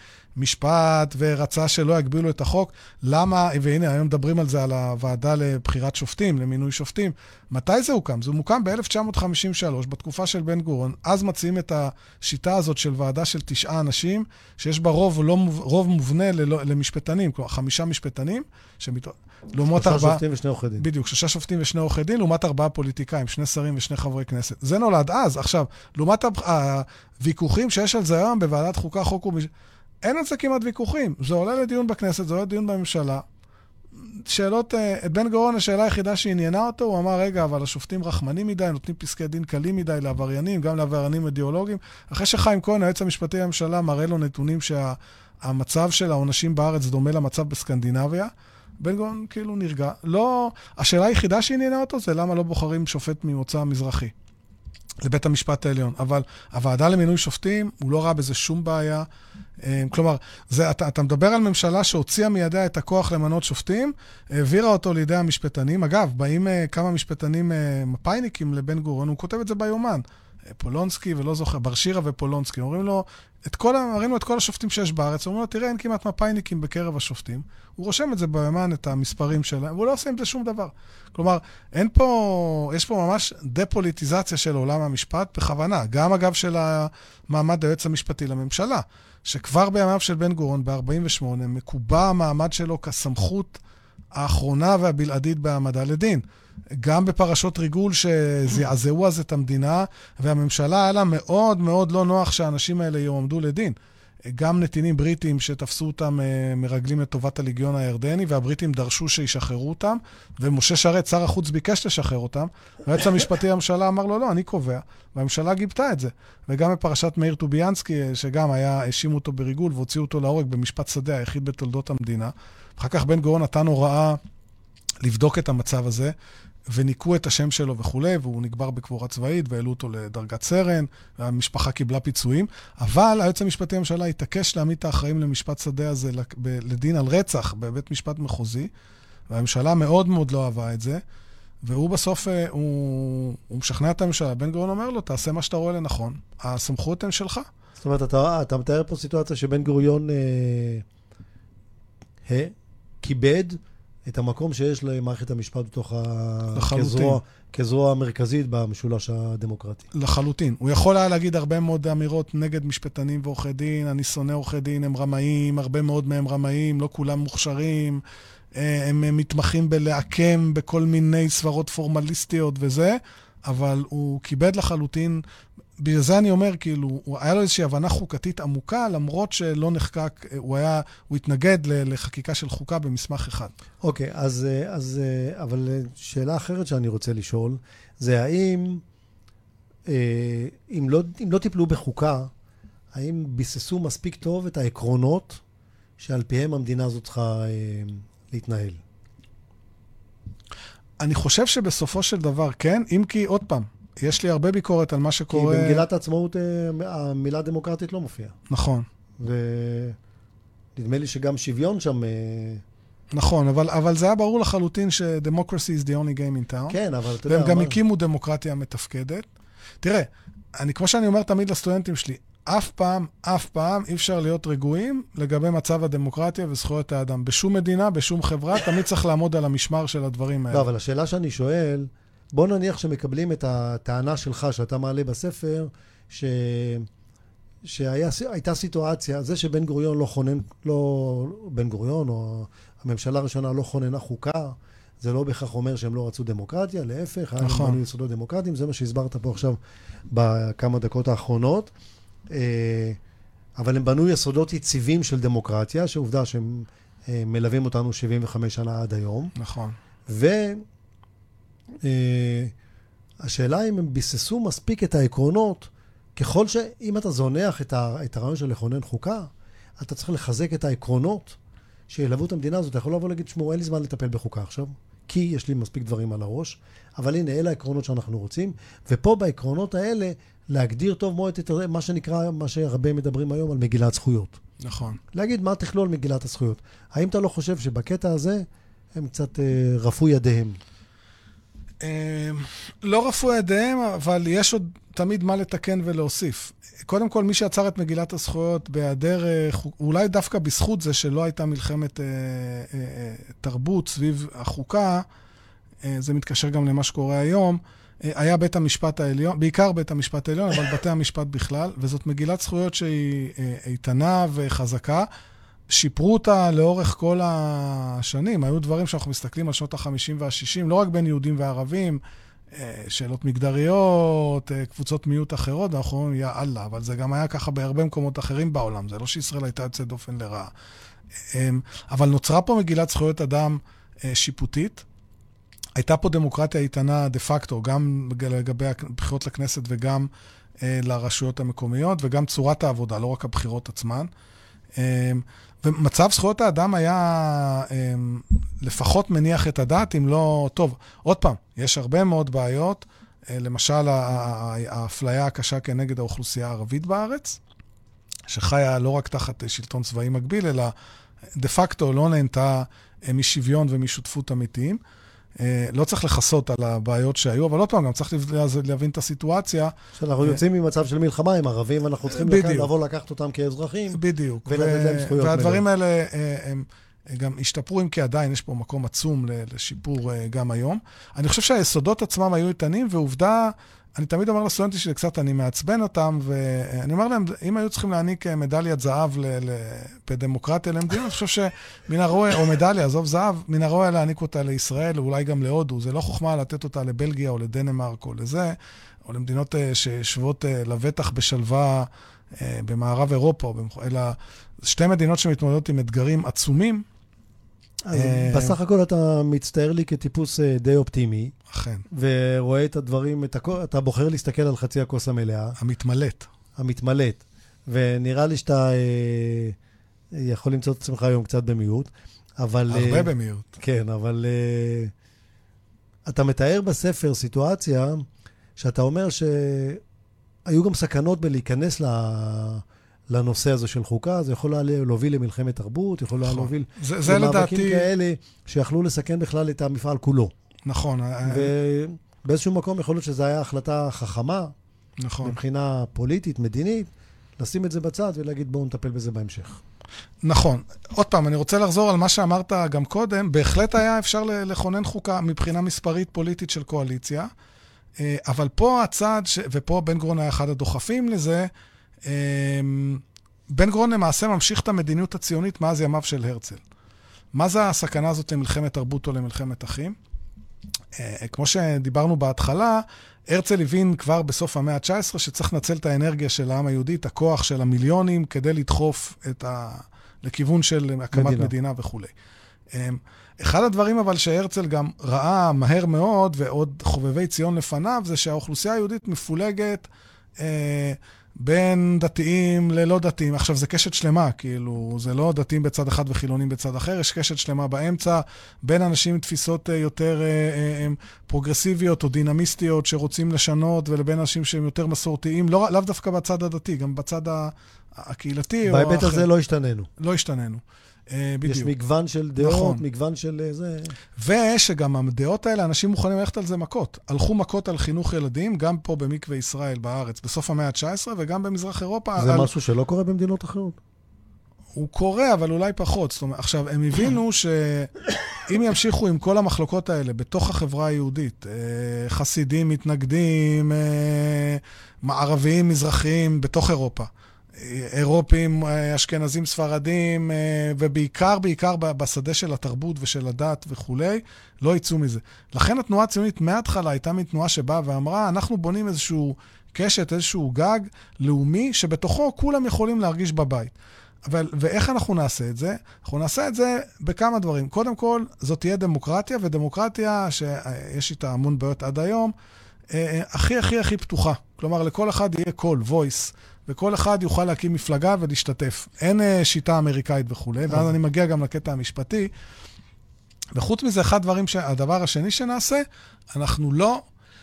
משפט ורצה שלא יגבילו את החוק, למה, והנה, היום מדברים על זה, על הוועדה לבחירת שופטים, למינוי שופטים, מתי זה הוקם? זה מוקם ב-אלף תשע מאות חמישים ושלוש, בתקופה של בן גוריון. אז מציעים את השיטה הזאת של ועדה של תשעה אנשים, שיש בה רוב, לא, רוב מובנה למשפטנים, כלומר, חמישה משפטנים, שמת... שלושה ארבע... שופטים ושני עורכי דין. בדיוק, שלושה שופטים ושני עורכי דין, לעומת ארבעה פוליטיקאים, שני שרים ושני חברי כנסת. זה נולד אז. עכשיו, לעומת הוויכוחים שיש על זה היום בוועדת חוקה, חוק ומשפט, אין על זה כמעט ויכוחים. זה עולה לדיון בכנסת, זה עולה לדיון בממשלה. שאלות, את בן גוריון, השאלה היחידה שעניינה אותו, הוא אמר, רגע, אבל השופטים רחמנים מדי, נותנים פסקי דין קלים מדי לעבריינים, גם לעבריינים אידיאולוגיים. אחרי שחיים כהן, היועץ המשפטי לממשלה, מראה לו נתונים שהמצב של העונשים בארץ דומה למצב בסקנדינביה, בן גוריון כאילו נרגע. לא, השאלה היחידה שעניינה אותו זה למה לא בוחרים שופט ממוצא מזרחי לבית המשפט העליון. אבל הוועדה למינוי שופטים, הוא לא ראה בזה שום בעיה. כלומר, זה, אתה, אתה מדבר על ממשלה שהוציאה מידיה את הכוח למנות שופטים, העבירה אותו לידי המשפטנים. אגב, באים כמה משפטנים מפאיניקים לבן גוריון, הוא כותב את זה ביומן. פולונסקי ולא זוכר, ברשירה ופולונסקי. אומרים לו, את כל, אומרים לו את כל השופטים שיש בארץ, אומרים לו, תראה, אין כמעט מפאיניקים בקרב השופטים. הוא רושם את זה ביומן, את המספרים שלהם, והוא לא עושה עם זה שום דבר. כלומר, אין פה, יש פה ממש דפוליטיזציה של עולם המשפט בכוונה, גם אגב של המעמד היועץ המשפטי לממשלה, שכבר בימיו של בן גוריון ב-ארבעים ושמונה מקובע המעמד שלו כסמכות האחרונה והבלעדית בהעמדה לדין. גם בפרשות ריגול שזעזעו אז את המדינה, והממשלה היה לה מאוד מאוד לא נוח שהאנשים האלה יועמדו לדין. גם נתינים בריטים שתפסו אותם מרגלים לטובת הליגיון הירדני, והבריטים דרשו שישחררו אותם, ומשה שרת, שר החוץ, ביקש לשחרר אותם, והיועץ המשפטי הממשלה אמר לו, לא, אני קובע, והממשלה גיבתה את זה. וגם בפרשת מאיר טוביאנסקי, שגם היה, האשימו אותו בריגול, והוציאו אותו להורג במשפט שדה, היחיד בתולדות המדינה. אחר כך בן גוריון נתן הוראה לבדוק את המצב הזה, וניקו את השם שלו וכו', והוא נקבר בקבורה צבאית, והעלו אותו לדרגת סרן, והמשפחה קיבלה פיצויים, אבל היועץ המשפטי הממשלה התעקש להעמיד את האחראים למשפט שדה הזה לדין על רצח בבית משפט מחוזי, והממשלה מאוד מאוד לא אהבה את זה, והוא בסוף, הוא, הוא משכנע את הממשלה, בן גוריון אומר לו, תעשה מה שאתה רואה לנכון, הסמכות הן שלך. זאת אומרת, אתה, אתה מתאר פה סיטואציה שבן גוריון אה, אה, כיבד, את המקום שיש למערכת המשפט בתוך כזרוע, כזרוע המרכזית במשולש הדמוקרטי. לחלוטין. הוא יכול היה להגיד הרבה מאוד אמירות נגד משפטנים ועורכי דין, אני שונא עורכי דין, הם רמאים, הרבה מאוד מהם רמאים, לא כולם מוכשרים, הם מתמחים בלעקם בכל מיני סברות פורמליסטיות וזה, אבל הוא כיבד לחלוטין, בגלל זה אני אומר, כאילו, היה לו איזושהי הבנה חוקתית עמוקה, למרות שלא נחקק, הוא היה, הוא התנגד לחקיקה של חוקה במסמך אחד. אוקיי, אז, אז, אבל שאלה אחרת שאני רוצה לשאול, זה האם, אם לא, אם לא טיפלו בחוקה, האם ביססו מספיק טוב את העקרונות שעל פיהם המדינה הזאת צריכה להתנהל? אני חושב שבסופו של דבר כן, אם כי עוד פעם, יש לי הרבה ביקורת על מה שקורה... כי במגילת העצמאות המילה דמוקרטית לא מופיעה. נכון. ונדמה לי שגם שוויון שם... נכון, אבל, אבל זה היה ברור לחלוטין ש-democracy is the only game in town. כן, אבל אתה יודע... והם גם מה... הקימו דמוקרטיה מתפקדת. תראה, אני, כמו שאני אומר תמיד לסטודנטים שלי, אף פעם, אף פעם אי אפשר להיות רגועים לגבי מצב הדמוקרטיה וזכויות האדם. בשום מדינה, בשום חברה, תמיד צריך לעמוד על המשמר של הדברים האלה. לא, אבל השאלה שאני שואל, בוא נניח שמקבלים את הטענה שלך שאתה מעלה בספר, ש... שהייתה סיטואציה, זה שבן גוריון לא חונן, לא בן גוריון או הממשלה הראשונה לא חוננה חוקה, זה לא בהכרח אומר שהם לא רצו דמוקרטיה, להפך, נכון. הם בנו יסודות דמוקרטיים, זה מה שהסברת פה עכשיו בכמה דקות האחרונות. אבל הם בנו יסודות יציבים של דמוקרטיה, שעובדה שהם מלווים אותנו שבעים וחמש שנה עד היום. נכון. והשאלה אם הם ביססו מספיק את העקרונות, ככל שאם אתה זונח את, ה, את הרעיון של לכונן חוקה, אתה צריך לחזק את העקרונות שילוו את המדינה הזאת. אתה יכול לבוא להגיד, שמור, אין לי זמן לטפל בחוקה עכשיו, כי יש לי מספיק דברים על הראש, אבל הנה, אלה העקרונות שאנחנו רוצים, ופה בעקרונות האלה, להגדיר טוב מאוד את מה שנקרא, מה שהרבה מדברים היום על מגילת זכויות. נכון. להגיד מה תכלול מגילת הזכויות. האם אתה לא חושב שבקטע הזה הם קצת אה, רפו ידיהם? אה, לא רפו ידיהם, אבל יש עוד תמיד מה לתקן ולהוסיף. קודם כל, מי שיצר את מגילת הזכויות בהיעדר, אולי דווקא בזכות זה שלא הייתה מלחמת אה, אה, תרבות סביב החוקה, אה, זה מתקשר גם למה שקורה היום, היה בית המשפט העליון, בעיקר בית המשפט העליון, אבל בתי המשפט בכלל, וזאת מגילת זכויות שהיא איתנה וחזקה. שיפרו אותה לאורך כל השנים. היו דברים שאנחנו מסתכלים על שנות ה-חמישים וה-שישים, לא רק בין יהודים וערבים, שאלות מגדריות, קבוצות מיעוט אחרות, ואנחנו אומרים, יא אללה, אבל זה גם היה ככה בהרבה מקומות אחרים בעולם. זה לא שישראל הייתה יוצאת דופן לרעה. אבל נוצרה פה מגילת זכויות אדם שיפוטית, הייתה פה דמוקרטיה איתנה דה פקטו, גם לגבי הבחירות לכנסת וגם אה, לרשויות המקומיות, וגם צורת העבודה, לא רק הבחירות עצמן. אה, ומצב זכויות האדם היה אה, לפחות מניח את הדעת, אם לא טוב. עוד פעם, יש הרבה מאוד בעיות, אה, למשל האפליה הקשה כנגד האוכלוסייה הערבית בארץ, שחיה לא רק תחת שלטון צבאי מקביל, אלא דה פקטו לא נהנתה אה, משוויון ומשותפות אמיתיים. לא צריך לחסות על הבעיות שהיו, אבל עוד פעם, גם צריך להבין את הסיטואציה. שאנחנו יוצאים ממצב של מלחמה עם ערבים, ואנחנו צריכים לבוא לקחת אותם כאזרחים. בדיוק. ולתת להם זכויות. והדברים האלה הם גם השתפרו, אם כי עדיין יש פה מקום עצום לשיפור גם היום. אני חושב שהיסודות עצמם היו איתנים, ועובדה, אני תמיד אומר לסטודנטים שלי קצת, אני מעצבן אותם, ואני אומר להם, אם היו צריכים להעניק מדליית זהב בדמוקרטיה למדינה, אני חושב שמן הראוי, או מדליה, עזוב זהב, מן הראוי להעניק אותה לישראל, או אולי גם להודו. זה לא חוכמה לתת אותה לבלגיה, או לדנמרק, או לזה, או למדינות ששוות לבטח בשלווה במערב אירופה, אלא שתי מדינות שמתמודדות עם אתגרים עצומים. אז בסך הכל אתה מצטער לי כטיפוס די אופטימי. אכן. ורואה את הדברים, אתה בוחר להסתכל על חצי הכוס המלאה. המתמלאת. המתמלאת. ונראה לי שאתה יכול למצוא את עצמך היום קצת במיעוט. אבל... הרבה במיעוט. כן, אבל אתה מתאר בספר סיטואציה שאתה אומר שהיו גם סכנות בלהיכנס ל... לנושא הזה של חוקה, זה יכול להוביל למלחמת תרבות, יכול נכון. להוביל זה, זה למאבקים לדעתי... כאלה שיכלו לסכן בכלל את המפעל כולו. נכון. ובאיזשהו מקום יכול להיות שזו הייתה החלטה חכמה, נכון. מבחינה פוליטית, מדינית, לשים את זה בצד ולהגיד בואו נטפל בזה בהמשך. נכון. עוד פעם, אני רוצה לחזור על מה שאמרת גם קודם, בהחלט היה אפשר לכונן חוקה מבחינה מספרית פוליטית של קואליציה, אבל פה הצד, ש... ופה בן גוריון היה אחד הדוחפים לזה, בן גוריון למעשה ממשיך את המדיניות הציונית מאז ימיו של הרצל. מה זה הסכנה הזאת למלחמת תרבות או למלחמת אחים? כמו שדיברנו בהתחלה, הרצל הבין כבר בסוף המאה ה-תשע עשרה שצריך לנצל את האנרגיה של העם היהודי, את הכוח של המיליונים, כדי לדחוף את ה... לכיוון של הקמת מדינה, מדינה וכו'. אחד הדברים אבל שהרצל גם ראה מהר מאוד, ועוד חובבי ציון לפניו, זה שהאוכלוסייה היהודית מפולגת אה, בין דתיים ללא דתיים. עכשיו, זה קשת שלמה, כאילו, זה לא דתיים בצד אחד וחילונים בצד אחר, יש קשת שלמה באמצע, בין אנשים עם תפיסות יותר אה, אה, פרוגרסיביות או דינמיסטיות שרוצים לשנות, ולבין אנשים שהם יותר מסורתיים, לא, לאו דווקא בצד הדתי, גם בצד הקהילתי. בהיבט הזה לא השתננו. לא השתננו. בדיוק. יש מגוון של דעות, נכון. מגוון של זה. ושגם הדעות האלה, אנשים מוכנים ללכת על זה מכות. הלכו מכות על חינוך ילדים, גם פה במקווה ישראל בארץ, בסוף המאה ה-תשע עשרה, וגם במזרח אירופה. זה על... משהו שלא קורה במדינות אחרות? הוא קורה, אבל אולי פחות. זאת אומרת, עכשיו, הם הבינו שאם ימשיכו עם כל המחלוקות האלה בתוך החברה היהודית, חסידים, מתנגדים, מערביים, מזרחיים, בתוך אירופה, אירופים, אשכנזים, ספרדים, ובעיקר, בעיקר בשדה של התרבות ושל הדת וכולי, לא יצאו מזה. לכן התנועה הציונית מההתחלה הייתה מתנועה שבאה ואמרה, אנחנו בונים איזשהו קשת, איזשהו גג לאומי, שבתוכו כולם יכולים להרגיש בבית. אבל, ואיך אנחנו נעשה את זה? אנחנו נעשה את זה בכמה דברים. קודם כל, זאת תהיה דמוקרטיה, ודמוקרטיה, שיש איתה המון בעיות עד היום, הכי הכי הכי פתוחה. כלומר, לכל אחד יהיה קול, voice, וכל אחד יוכל להקים מפלגה ולהשתתף. אין שיטה אמריקאית וכו'. ואז אני מגיע גם לקטע המשפטי. וחוץ מזה, אחד דברים, הדבר השני שנעשה, אנחנו לא,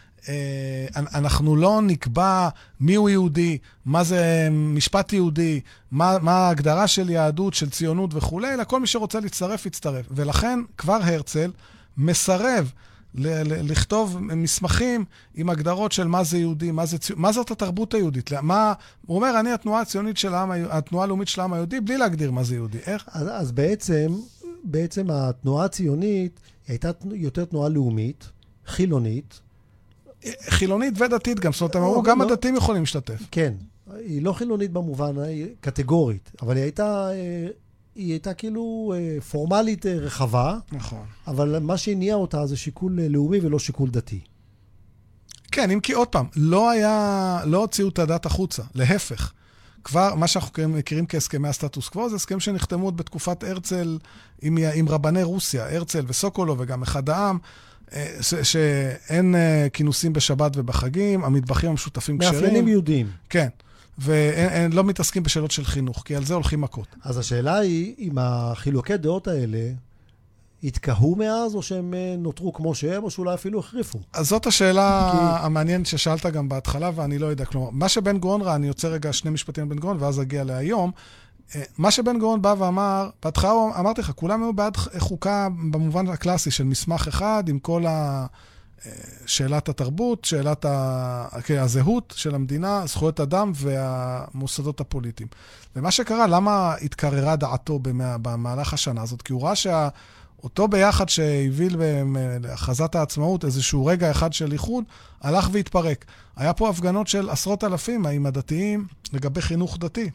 אנחנו לא נקבע מיהו יהודי, מה זה משפט יהודי, מה, מה ההגדרה של יהדות, של ציונות וכו', אלא כל מי שרוצה להצטרף, יצטרף. ולכן כבר הרצל מסרב לכתוב מסמכים עם הגדרות של מה זה יהודי, מה, זה, מה זאת התרבות היהודית. מה, הוא אומר, אני התנועה הציונית של העם, התנועה הלאומית של העם היהודי, בלי להגדיר מה זה יהודי. איך? אז, אז בעצם, בעצם התנועה הציונית הייתה יותר תנועה לאומית, חילונית. חילונית ודתית גם, זאת אומרת, אמרו, גם לא, הדתיים יכולים להשתתף. כן, היא לא חילונית במובן, היא קטגורית, אבל היא הייתה... היא הייתה כאילו פורמלית רחבה, נכון. אבל מה שהניע אותה זה שיקול לאומי ולא שיקול דתי. כן, אם כי עוד פעם, לא היה, לא הוציאו את הדת החוצה, להפך. כבר, מה שאנחנו מכירים כהסכמי הסטטוס קוו, זה הסכם שנחתמו בתקופת הרצל עם, עם רבני רוסיה, הרצל וסוקולוב וגם אחד העם, ש, שאין כינוסים בשבת ובחגים, המטבחים המשותפים כשרים. מאפיינים יהודיים. כן. והם לא מתעסקים בשאלות של חינוך, כי על זה הולכים מכות. אז השאלה היא, אם החילוקי דעות האלה התקהו מאז, או שהם נותרו כמו שהם, או שאולי אפילו החריפו? אז זאת השאלה כי... המעניינת ששאלת גם בהתחלה, ואני לא יודע. כלומר, מה שבן גורן ראה, אני יוצא רגע שני משפטים בן גורן, ואז אגיע להיום, מה שבן גורן בא ואמר, בהתחלה אמרתי לך, כולם היו בעד חוקה במובן הקלאסי של מסמך אחד, עם כל ה... שאלת התרבות, שאלת הזהות של המדינה, זכויות אדם והמוסדות הפוליטיים. ומה שקרה, למה התקררה דעתו במהלך השנה הזאת? כי הוא ראה שאותו ביחד שהביל בהכרזת העצמאות, איזשהו רגע אחד של איחוד, הלך והתפרק. היה פה הפגנות של עשרות אלפים, עם הדתיים, לגבי חינוך דתי.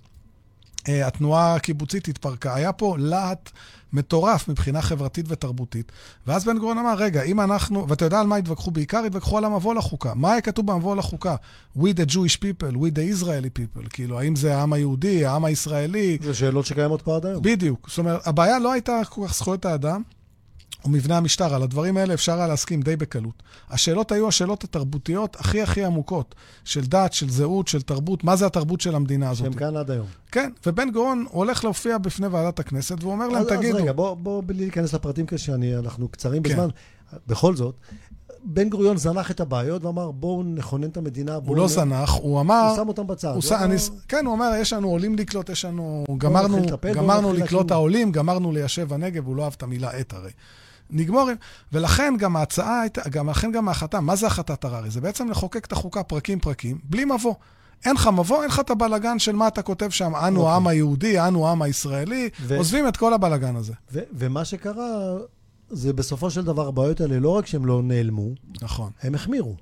התנועה הקיבוצית התפרקה. היה פה להט מטורף מבחינה חברתית ותרבותית. ואז בן גורן אמר, רגע, אם אנחנו, ואתה יודע על מה התווכחו בעיקר? התווכחו על המבוא לחוקה. מה היה כתוב במבוא לחוקה? We the Jewish people, we the Israeli people. כאילו, האם זה העם היהודי, העם הישראלי? זה שאלות שקיימות פה עד היום. בדיוק. זאת אומרת, הבעיה לא הייתה כל כך זכויות האדם, ומבנה המשטר. על הדברים האלה אפשר היה להסכים די בקלות. השאלות היו השאלות התרבותיות הכי הכי עמוקות, של דת, של זהות, של תרבות. מה זה התרבות של המדינה הזאת? שהם כאן עד היום. כן, ובן גורן הולך להופיע בפני ועדת הכנסת, והוא אומר להם, אז, תגידו... אז רגע, בוא, בוא בלי להיכנס לפרטים כשאנחנו קצרים כן. בזמן. בכל זאת, בן גוריון זנח את הבעיות ואמר, בואו נכונן את המדינה. הוא לא זנח, הוא אמר... הוא שם אותם בצד. הוא ש... אני... כן, הוא אומר, יש לנו עולים לקלוט, יש לנו... גמרנו, לטפל, גמרנו לקלוט העולים, גמרנו ליישב הנגב, הוא לא אהב את המילה עת הרי. נגמורים, ולכן גם ההצעה הייתה, גם לכן גם ההחלטה, מה זה החלטת הררי? זה בעצם לחוקק את החוקה פרקים פרקים, בלי מבוא. אין לך מבוא, אין לך את הבלגן של מה אתה כותב שם, אנו העם היהודי, אנו העם הישראלי, עוזבים את כל הבלגן הזה. ומה שקרה, זה בסופו של דבר, הבעיות האלה לא רק שהם לא נעלמו, נכון. הם החמירו.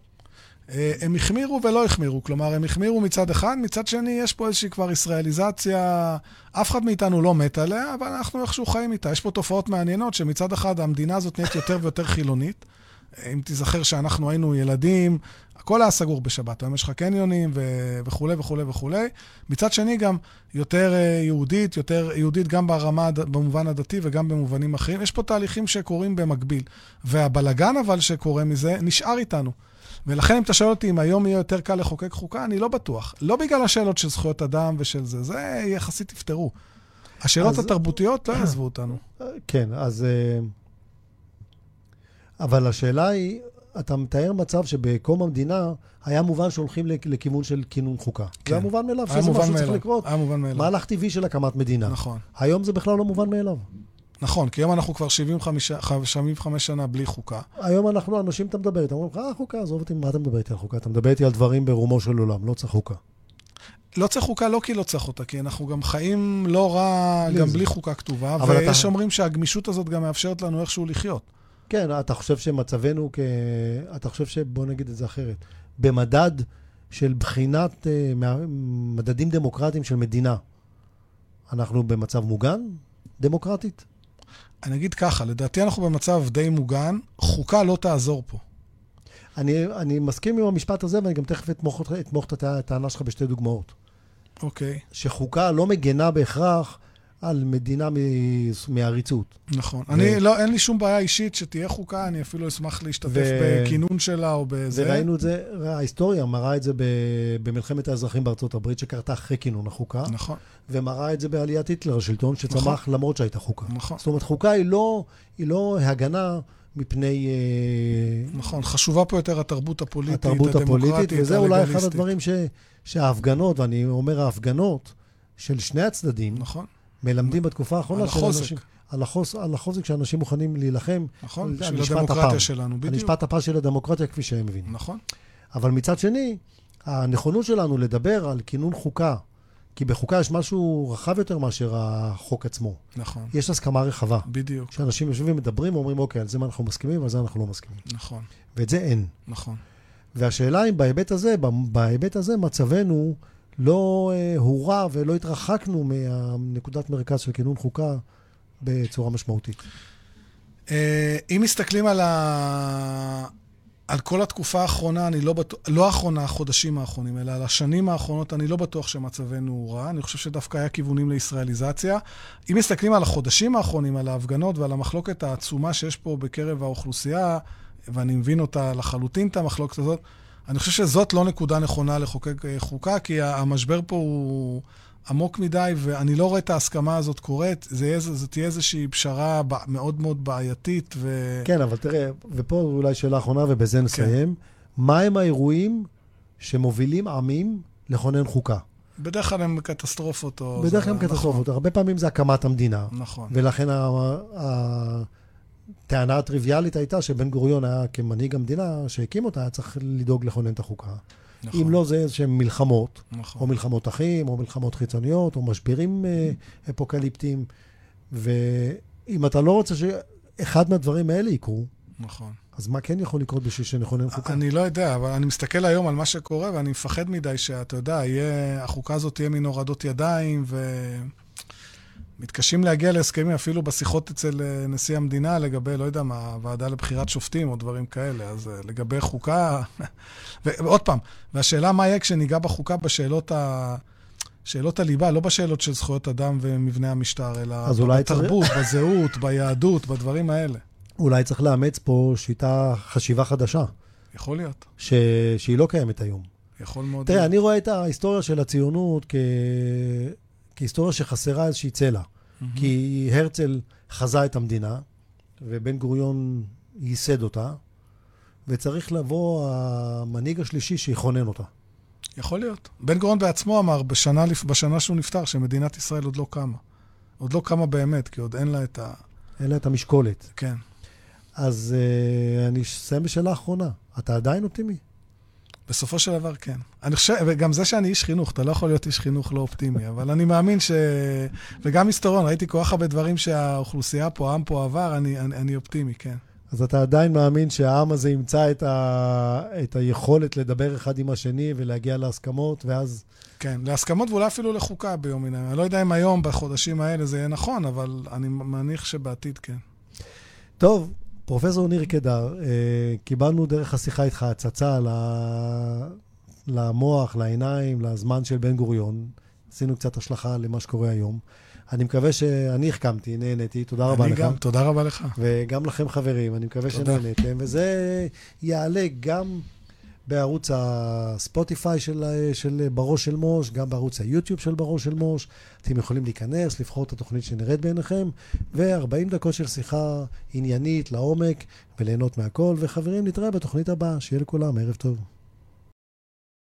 הם החמירו ולא החמירו, כלומר, הם החמירו מצד אחד, מצד שני יש פה איזושהי כבר ישראליזציה, אף אחד מאיתנו לא מת עליה, אבל אנחנו איכשהו חיים איתה. יש פה תופעות מעניינות שמצד אחד המדינה הזאת נהיית יותר ויותר חילונית, אם תזכר שאנחנו היינו ילדים, הכל היה סגור בשבת, היום יש לך קניונים וכו' וכו' וכו'. מצד שני גם יותר יהודית, יותר יהודית גם ברמה, במובן הדתי וגם במובנים אחרים. יש פה תהליכים שקורים במקביל. והבלגן אבל שקורה מזה נשאר איתנו. ולכן אם אתה שואל אותי אם היום יהיה יותר קל לחוקק חוקה, אני לא בטוח. לא בגלל השאלות של זכויות אדם ושל זה, זה יחסית תפתרו. השאלות אז... התרבותיות לא יעזבו אותנו. כן, אז... אבל השאלה היא, אתה מתאר מצב שבקום המדינה היה מובן שהולכים לכיוון של כינון חוקה. כן. זה היה מובן מאליו, שזה משהו צריך לקרות. היה מובן מאליו. מהלך טבעי של הקמת מדינה. נכון. היום זה בכלל לא מובן מאליו. נכון, כי היום אנחנו כבר שבעים וחמש שנה בלי חוקה. היום אנחנו, אנשים אתה מדבר איתם, אומרים לך, אה, חוקה, עזוב אותי, מה אתה מדבר איתי על חוקה? אתה מדבר איתי על דברים ברומו של עולם, לא צריך חוקה. לא צריך חוקה, לא כי לא צריך אותה, כי אנחנו גם חיים לא רע, גם בלי חוקה כתובה, ויש אומרים שהגמישות הזאת גם מאפשרת לנו איכשהו לחיות. כן, אתה חושב שמצבנו, כ... אתה חושב שבוא נגיד את זה אחרת, במדד של בחינת מדדים דמוקרטיים של מדינה, אנחנו במצב מוגן, דמוקרטית? אני אגיד ככה, לדעתי אנחנו במצב די מוגן, חוקה לא תעזור פה. אני, אני מסכים עם המשפט הזה, ואני גם תכף אתמוך, אתמוך את הטענה שלך בשתי דוגמאות. אוקיי. שחוקה לא מגנה בהכרח על מדינה מעריצות. נכון. ו... אני לא, אין לי שום בעיה אישית שתהיה חוקה, אני אפילו אשמח להשתתף ו... בכינון שלה או בזה. וראינו את זה, ההיסטוריה מראה את זה ב... במלחמת האזרחים בארצות הברית, שקרתה אחרי כינון החוקה. נכון. ומראה את זה בעליית היטלר, השלטון שצמח נכון. למרות שהייתה חוקה. נכון. זאת אומרת, חוקה היא לא, היא לא הגנה מפני... נכון, חשובה פה יותר התרבות הפוליטית, התרבות הפוליטית, וזה אולי אחד הדברים ש... שההפגנות, ואני אומר ההפגנות של שני הצדדים, נכון. מלמדים בתקופה האחרונה על החוזק. על, החוז, על החוזק שאנשים מוכנים להילחם. נכון, של הדמוקרטיה שלנו, בדיוק. המשפט הפעם של הדמוקרטיה כפי שהם מבינים. נכון. אבל מצד שני, הנכונות שלנו לדבר על כינון חוקה, כי בחוקה יש משהו רחב יותר מאשר החוק עצמו. נכון. יש הסכמה רחבה. בדיוק. שאנשים יושבים ומדברים ואומרים, אוקיי, על זה מה אנחנו מסכימים, ועל זה אנחנו לא מסכימים. נכון. ואת זה אין. נכון. והשאלה אם בהיבט הזה, בהיבט הזה מצבנו לא הורע ולא התרחקנו מהנקודת מרכז של כינון חוקה בצורה משמעותית. אם מסתכלים על ה... על כל התקופה האחרונה, אני לא בטוח, לא האחרונה, החודשים האחרונים, אלא על השנים האחרונות, אני לא בטוח שמצבנו הוא רע. אני חושב שדווקא היה כיוונים לישראליזציה. אם מסתכלים על החודשים האחרונים, על ההפגנות ועל המחלוקת העצומה שיש פה בקרב האוכלוסייה, ואני מבין אותה לחלוטין את המחלוקת הזאת, אני חושב שזאת לא נקודה נכונה לחוקק חוקה, כי המשבר פה הוא עמוק מדי, ואני לא רואה את ההסכמה הזאת קורית. זה, זה, זה תהיה איזושהי פשרה מאוד מאוד בעייתית. ו... כן, אבל תראה, ופה אולי שאלה אחרונה, ובזה נסיים. כן. מה הם האירועים שמובילים עמים לכונן חוקה? בדרך כלל הם קטסטרופות. בדרך כלל הם קטסטרופות. נכון. הרבה פעמים זה הקמת המדינה. נכון. ולכן הטענה הטריוויאלית הייתה שבן גוריון היה כמנהיג המדינה שהקים אותה, היה צריך לדאוג לכונן את החוקה. נכון. אם לא זה איזשהם מלחמות, נכון. או מלחמות אחים, או מלחמות חיצוניות, או משברים אה, אפוקליפטיים, ואם אתה לא רוצה שאחד מהדברים האלה יקרו, נכון. אז מה כן יכול לקרות בשביל שנכונן חוקה? אני לא יודע, אבל אני מסתכל היום על מה שקורה, ואני מפחד מדי שאתה יודע, יהיה, החוקה הזאת תהיה מן הורדות ידיים, ומתקשים להגיע להסכמים אפילו בשיחות אצל נשיא המדינה, לגבי, לא יודע מה, ועדה לבחירת שופטים או דברים כאלה, אז לגבי חוקה, ועוד פעם, והשאלה מה יהיה כשניגע בחוקה בשאלות ה... שאלות הליבה, לא בשאלות של זכויות אדם ומבנה המשטר, אלא בתרבות, צריך... בזהות, ביהדות, בדברים האלה. אולי צריך לאמץ פה שיטה חשיבה חדשה. יכול להיות. ש... שהיא לא קיימת היום. יכול מאוד. תראה, אני רואה את ההיסטוריה של הציונות כ... כהיסטוריה שחסרה איזושהי צלע. Mm-hmm. כי הרצל חזה את המדינה, ובן גוריון ייסד אותה, וצריך לבוא המנהיג השלישי שיכונן אותה. יכול להיות. בן גוריון בעצמו אמר, בשנה, בשנה שהוא נפטר, שמדינת ישראל עוד לא קמה. עוד לא קמה באמת, כי עוד אין לה את ה... אין לה את המשקולת. כן. אז uh, אני אסיים בשאלה האחרונה. אתה עדיין אופטימי? בסופו של דבר, כן. אני חושב, וגם זה שאני איש חינוך, אתה לא יכול להיות איש חינוך לא אופטימי, אבל אני מאמין ש... וגם היסטוריון, ראיתי כל כך הרבה דברים שהאוכלוסייה פה, העם פה עבר, אני, אני, אני אופטימי, כן. אז אתה עדיין מאמין שהעם הזה ימצא את, ה... את היכולת לדבר אחד עם השני ולהגיע להסכמות, ואז... כן, להסכמות ואולי אפילו לחוקה ביום מן הימים. אני לא יודע אם היום, בחודשים האלה, זה יהיה נכון, אבל אני מניח שבעתיד כן. טוב, פרופסור ניר קדר, קיבלנו דרך השיחה איתך הצצה למוח, לעיניים, לזמן של בן גוריון. עשינו קצת השלכה למה שקורה היום. אני מקווה שאני החכמתי, נהניתי, תודה רבה לך. אני גם, תודה רבה לך. וגם לכם חברים, אני מקווה שנהניתם, וזה יעלה גם בערוץ הספוטיפיי של, של בראש של מוש, גם בערוץ היוטיוב של בראש של מוש. אתם יכולים להיכנס, לבחור את התוכנית שנראית בעיניכם, ו-ארבעים דקות של שיחה עניינית לעומק, וליהנות מהכל. וחברים, נתראה בתוכנית הבאה, שיהיה לכולם ערב טוב.